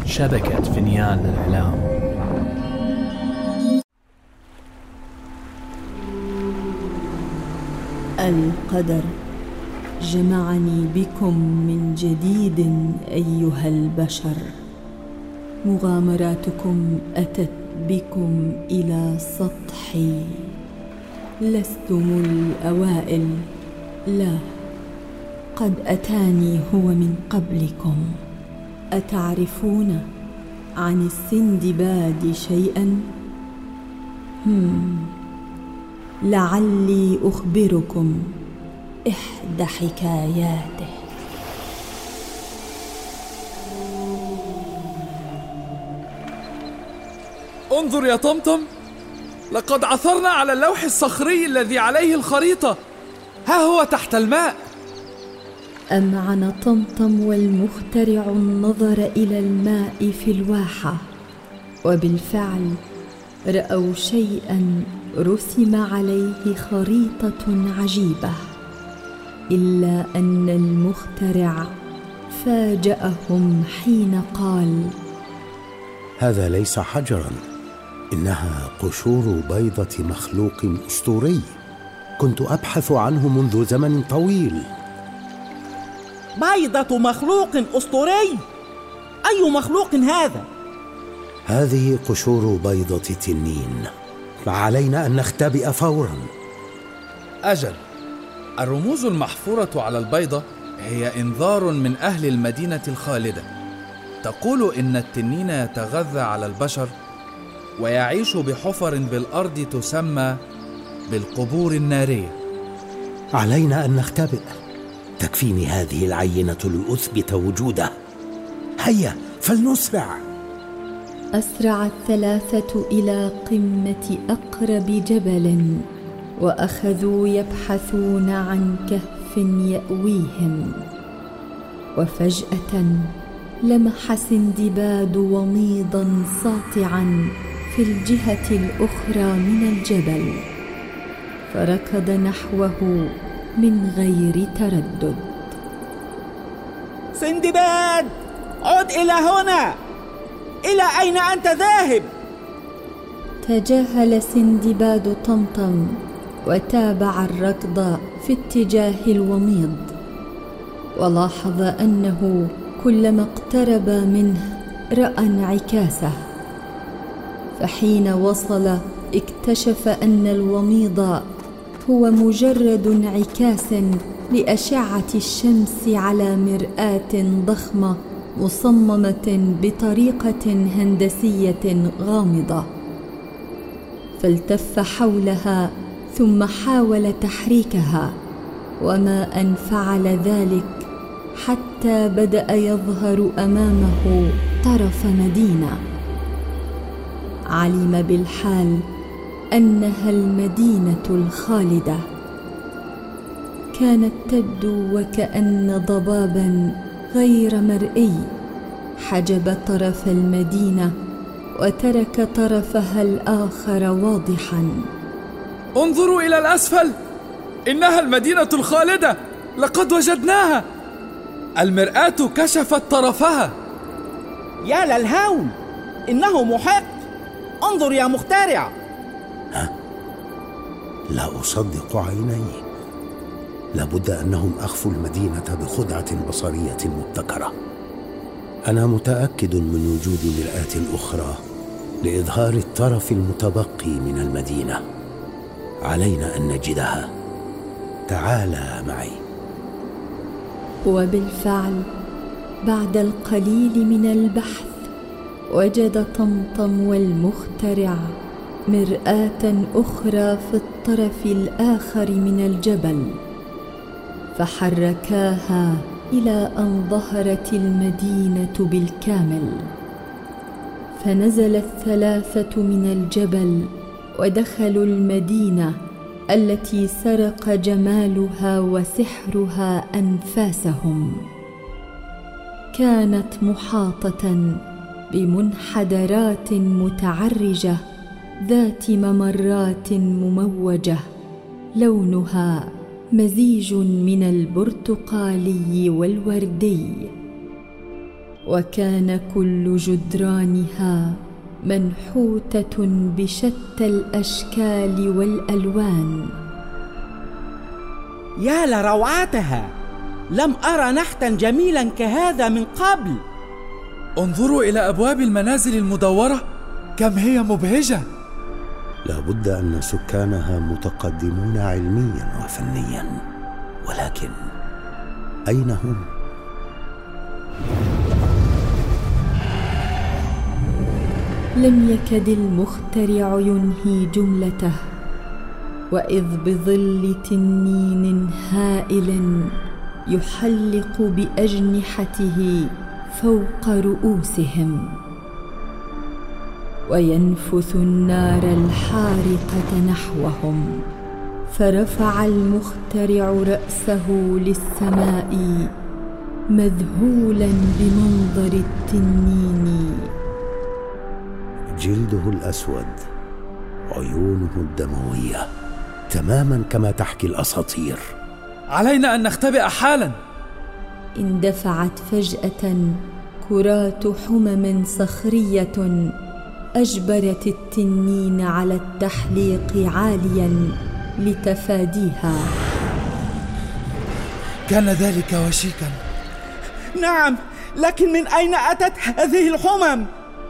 شبكة فنيان الإعلام. القدر جمعني بكم من جديد أيها البشر. مغامراتكم أتت بكم إلى سطحي. لستم الأوائل، لا، قد أتاني هو من قبلكم. أتعرفون عن السندباد شيئا؟ لعلي أخبركم إحدى حكاياته. انظر يا طمطم، لقد عثرنا على اللوح الصخري الذي عليه الخريطة، ها هو تحت الماء. أمعن طمطم والمخترع النظر إلى الماء في الواحة، وبالفعل رأوا شيئا رسم عليه خريطة عجيبة، إلا أن المخترع فاجأهم حين قال: هذا ليس حجرا، إنها قشور بيضة مخلوق أسطوري كنت أبحث عنه منذ زمن طويل. بيضة مخلوق أسطوري؟ أي مخلوق هذا؟ هذه قشور بيضة تنين، فعلينا أن نختبئ فورا. أجل، الرموز المحفورة على البيضة هي إنذار من أهل المدينة الخالدة، تقول إن التنين يتغذى على البشر ويعيش بحفر بالأرض تسمى بالقبور النارية. علينا أن نختبئ، تكفيني هذه العينة لأثبت وجوده. هيا فلنسرع. أسرع الثلاثة إلى قمة أقرب جبل، وأخذوا يبحثون عن كهف يأويهم. وفجأة لمح سندباد وميضا ساطعا في الجهة الأخرى من الجبل، فركض نحوه من غير تردد. سندباد، عد إلى هنا! إلى أين أنت ذاهب؟ تجاهل سندباد طمطم وتابع الركض في اتجاه الوميض، ولاحظ أنه كلما اقترب منه رأى انعكاسه، فحين وصل اكتشف أن الوميض هو مجرد انعكاس لأشعة الشمس على مرآة ضخمة مصممة بطريقة هندسية غامضة. فالتف حولها ثم حاول تحريكها، وما أن فعل ذلك حتى بدأ يظهر أمامه طرف مدينة. علم بالحال أنها المدينة الخالدة. كانت تبدو وكأن ضبابا غير مرئي حجب طرف المدينة وترك طرفها الآخر واضحا. انظروا إلى الأسفل، إنها المدينة الخالدة، لقد وجدناها. المرآة كشفت طرفها. يا للهول، إنه محق. انظر يا مخترع. لا أصدق عيني، لابد أنهم أخفوا المدينة بخدعة بصرية مبتكرة. أنا متأكد من وجود مرآة أخرى لإظهار الطرف المتبقي من المدينة. علينا أن نجدها. تعال معي. وبالفعل بعد القليل من البحث وجد طمطم والمخترع مرآة أخرى في الطرف الآخر من الجبل، فحركاها إلى أن ظهرت المدينة بالكامل. فنزل الثلاثة من الجبل ودخلوا المدينة التي سرق جمالها وسحرها أنفاسهم. كانت محاطة بمنحدرات متعرجة ذات ممرات مموجة، لونها مزيج من البرتقالي والوردي. وكان كل جدرانها منحوتة بشتى الأشكال والألوان. يا لروعتها، لم أرى نحتا جميلا كهذا من قبل. انظروا إلى أبواب المنازل المدورة، كم هي مبهجة. لا بد أن سكانها متقدمون علميا وفنيا، ولكن أين هم؟ لم يكد المخترع ينهي جملته، وإذ بظل تنين هائل يحلق بأجنحته فوق رؤوسهم وينفث النار الحارقة نحوهم، فرفع المخترع رأسه للسماء مذهولا بمنظر التنين. جلده الأسود، عيونه الدموية، تماما كما تحكي الأساطير. علينا أن نختبئ حالا. اندفعت فجأة كرات حمم صخرية أجبرت التنين على التحليق عاليا لتفاديها. كان ذلك وشيكا. نعم، لكن من أين أتت هذه الحمم؟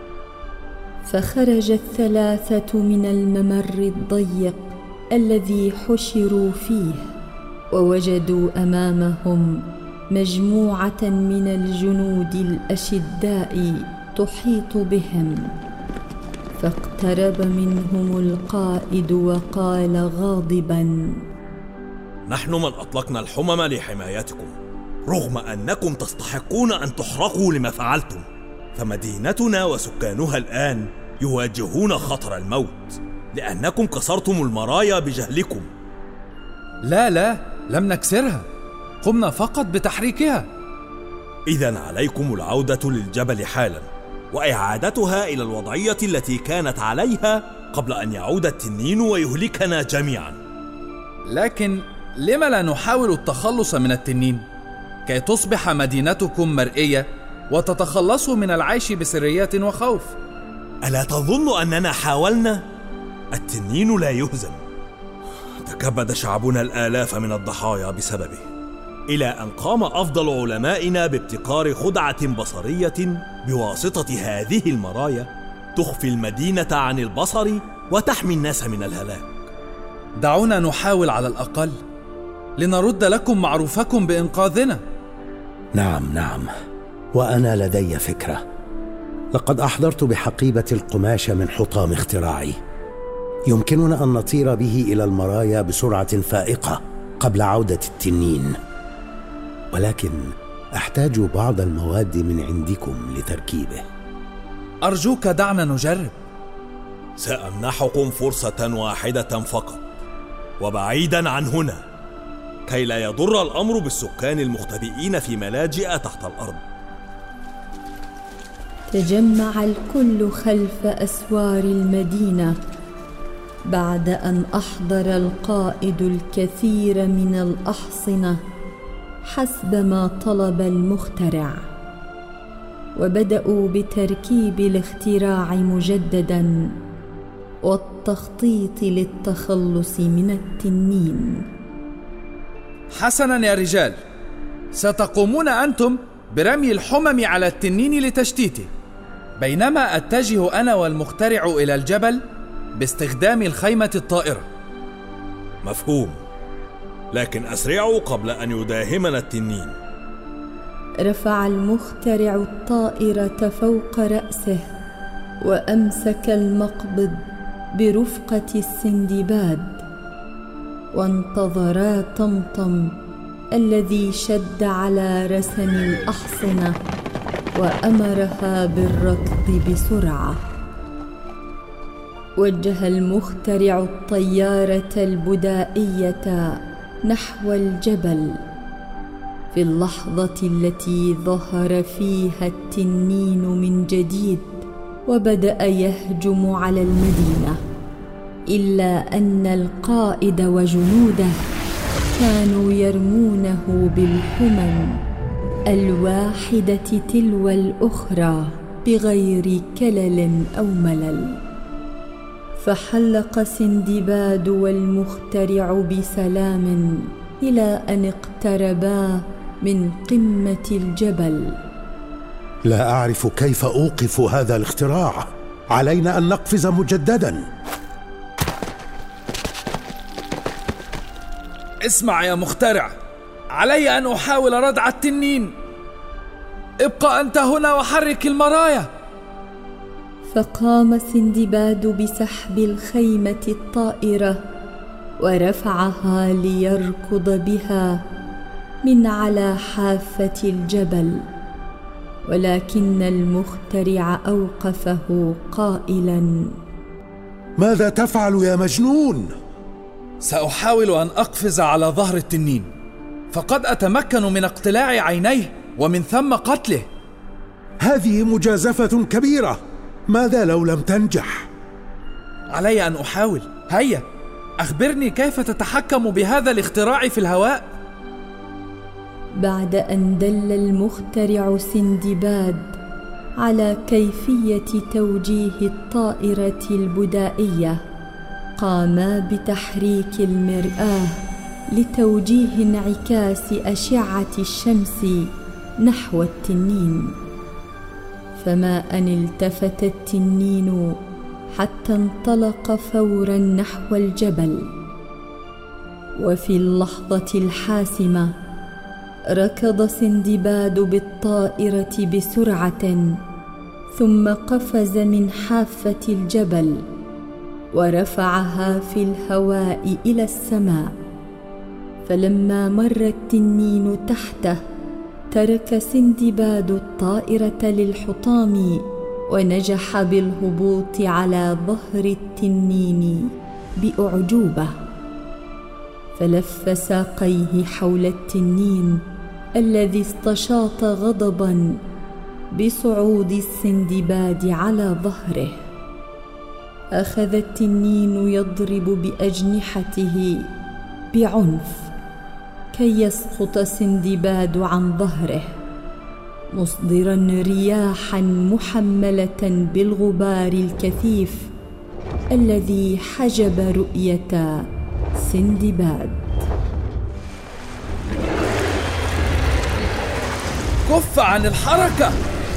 فخرج الثلاثة من الممر الضيق الذي حشروا فيه، ووجدوا أمامهم مجموعة من الجنود الأشداء تحيط بهم. فاقترب منهم القائد وقال غاضبا: نحن من أطلقنا الحمم لحمايتكم، رغم أنكم تستحقون أن تحرقوا لما فعلتم، فمدينتنا وسكانها الآن يواجهون خطر الموت لأنكم كسرتم المرايا بجهلكم. لا، لم نكسرها، قمنا فقط بتحريكها. إذن عليكم العودة للجبل حالا، وإعادتها إلى الوضعية التي كانت عليها قبل أن يعود التنين ويهلكنا جميعا. لكن لم لا نحاول التخلص من التنين كي تصبح مدينتكم مرئية وتتخلصوا من العيش بسريات وخوف؟ ألا تظن أننا حاولنا؟ التنين لا يهزم. تكبد شعبنا الآلاف من الضحايا بسببه، إلى أن قام أفضل علمائنا بابتكار خدعة بصرية بواسطة هذه المرايا تخفي المدينة عن البصر وتحمي الناس من الهلاك. دعونا نحاول على الأقل لنرد لكم معروفكم بإنقاذنا. نعم، وأنا لدي فكرة. لقد أحضرت بحقيبة القماش من حطام اختراعي، يمكننا أن نطير به إلى المرايا بسرعة فائقة قبل عودة التنين، ولكن أحتاج بعض المواد من عندكم لتركيبه. أرجوك دعنا نجرب. سأمنحكم فرصة واحدة فقط، وبعيدا عن هنا، كي لا يضر الأمر بالسكان المختبئين في ملاجئ تحت الأرض. تجمع الكل خلف أسوار المدينة بعد أن أحضر القائد الكثير من الأحصنة حسب ما طلب المخترع، وبدأوا بتركيب الاختراع مجدداً والتخطيط للتخلص من التنين. حسناً يا رجال، ستقومون أنتم برمي الحمم على التنين لتشتيته، بينما أتجه أنا والمخترع إلى الجبل باستخدام الخيمة الطائرة. مفهوم، لكن أسرعوا قبل أن يداهمنا التنين. رفع المخترع الطائرة فوق رأسه وأمسك المقبض برفقة السندباد، وانتظرا طمطم الذي شد على رسن الأحصنة وأمرها بالركض بسرعة. وجه المخترع الطيارة البدائية نحو الجبل في اللحظة التي ظهر فيها التنين من جديد وبدأ يهجم على المدينة، إلا أن القائد وجنوده كانوا يرمونه بالحمم الواحدة تلو الأخرى بغير كلل أو ملل. فحلق سندباد والمخترع بسلام إلى أن اقتربا من قمة الجبل. لا أعرف كيف أوقف هذا الاختراع. علينا أن نقفز مجددا. اسمع يا مخترع، علي أن أحاول ردع التنين. ابقى أنت هنا وحرك المرايا. فقام سندباد بسحب الخيمة الطائرة ورفعها ليركض بها من على حافة الجبل، ولكن المخترع أوقفه قائلا: ماذا تفعل يا مجنون؟ سأحاول أن أقفز على ظهر التنين، فقد أتمكن من اقتلاع عينيه ومن ثم قتله. هذه مجازفة كبيرة، ماذا لو لم تنجح؟ علي أن أحاول. هيا أخبرني كيف تتحكم بهذا الاختراع في الهواء. بعد أن دل المخترع سندباد على كيفية توجيه الطائرة البدائية، قاما بتحريك المرآة لتوجيه انعكاس أشعة الشمس نحو التنين. فما أن التفت التنين حتى انطلق فورا نحو الجبل، وفي اللحظة الحاسمة ركض سندباد بالطائرة بسرعة، ثم قفز من حافة الجبل ورفعها في الهواء إلى السماء. فلما مر التنين تحته ترك سندباد الطائرة للحطام ونجح بالهبوط على ظهر التنين بأعجوبة. فلف ساقيه حول التنين الذي استشاط غضبا بصعود السندباد على ظهره. أخذ التنين يضرب بأجنحته بعنف كي يسقط سندباد عن ظهره، مصدرا رياحا محملة بالغبار الكثيف الذي حجب رؤية سندباد. كف عن الحركة.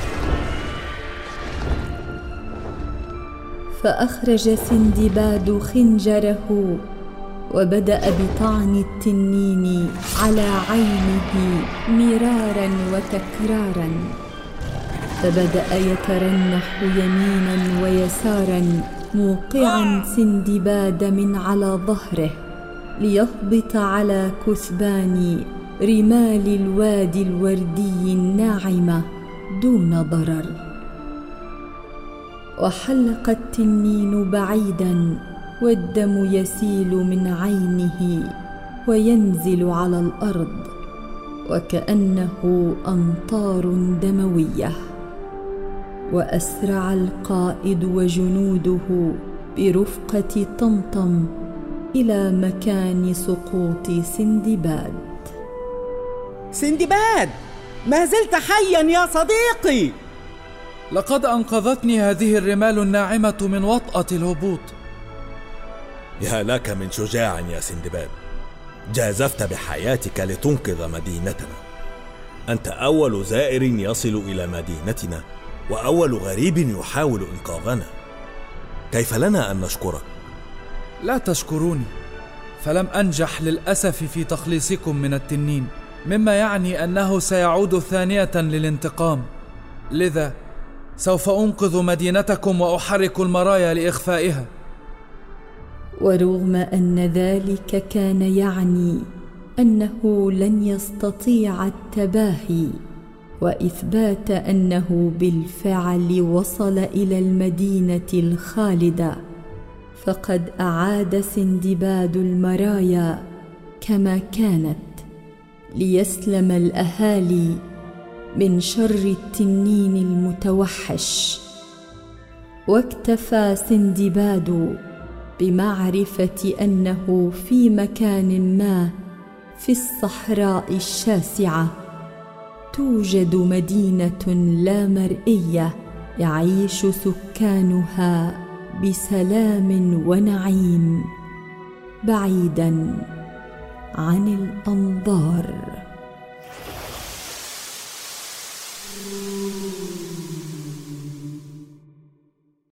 فأخرج سندباد خنجره وبدأ بطعن التنين على عينه مرارا وتكرارا، فبدأ يترنح يمينا ويسارا موقعا سندباد من على ظهره ليهبط على كثبان رمال الوادي الوردي الناعمة دون ضرر. وحلق التنين بعيدا والدم يسيل من عينه وينزل على الأرض وكأنه أمطار دموية. وأسرع القائد وجنوده برفقة طمطم إلى مكان سقوط سندباد. سندباد، ما زلت حيا يا صديقي؟ لقد أنقذتني هذه الرمال الناعمة من وطأة الهبوط. يا لك من شجاع يا سندباد، جازفت بحياتك لتنقذ مدينتنا. أنت أول زائر يصل إلى مدينتنا وأول غريب يحاول إنقاذنا. كيف لنا أن نشكرك؟ لا تشكروني، فلم أنجح للأسف في تخليصكم من التنين، مما يعني أنه سيعود ثانية للانتقام. لذا سوف أنقذ مدينتكم وأحرك المرايا لإخفائها. ورغم أن ذلك كان يعني أنه لن يستطيع التباهي وإثبات أنه بالفعل وصل إلى المدينة الخالدة، فقد أعاد سندباد المرايا كما كانت ليسلم الأهالي من شر التنين المتوحش. واكتفى سندباد بمعرفة أنه في مكان ما في الصحراء الشاسعة توجد مدينة لا مرئية يعيش سكانها بسلام ونعيم بعيدا عن الأنظار.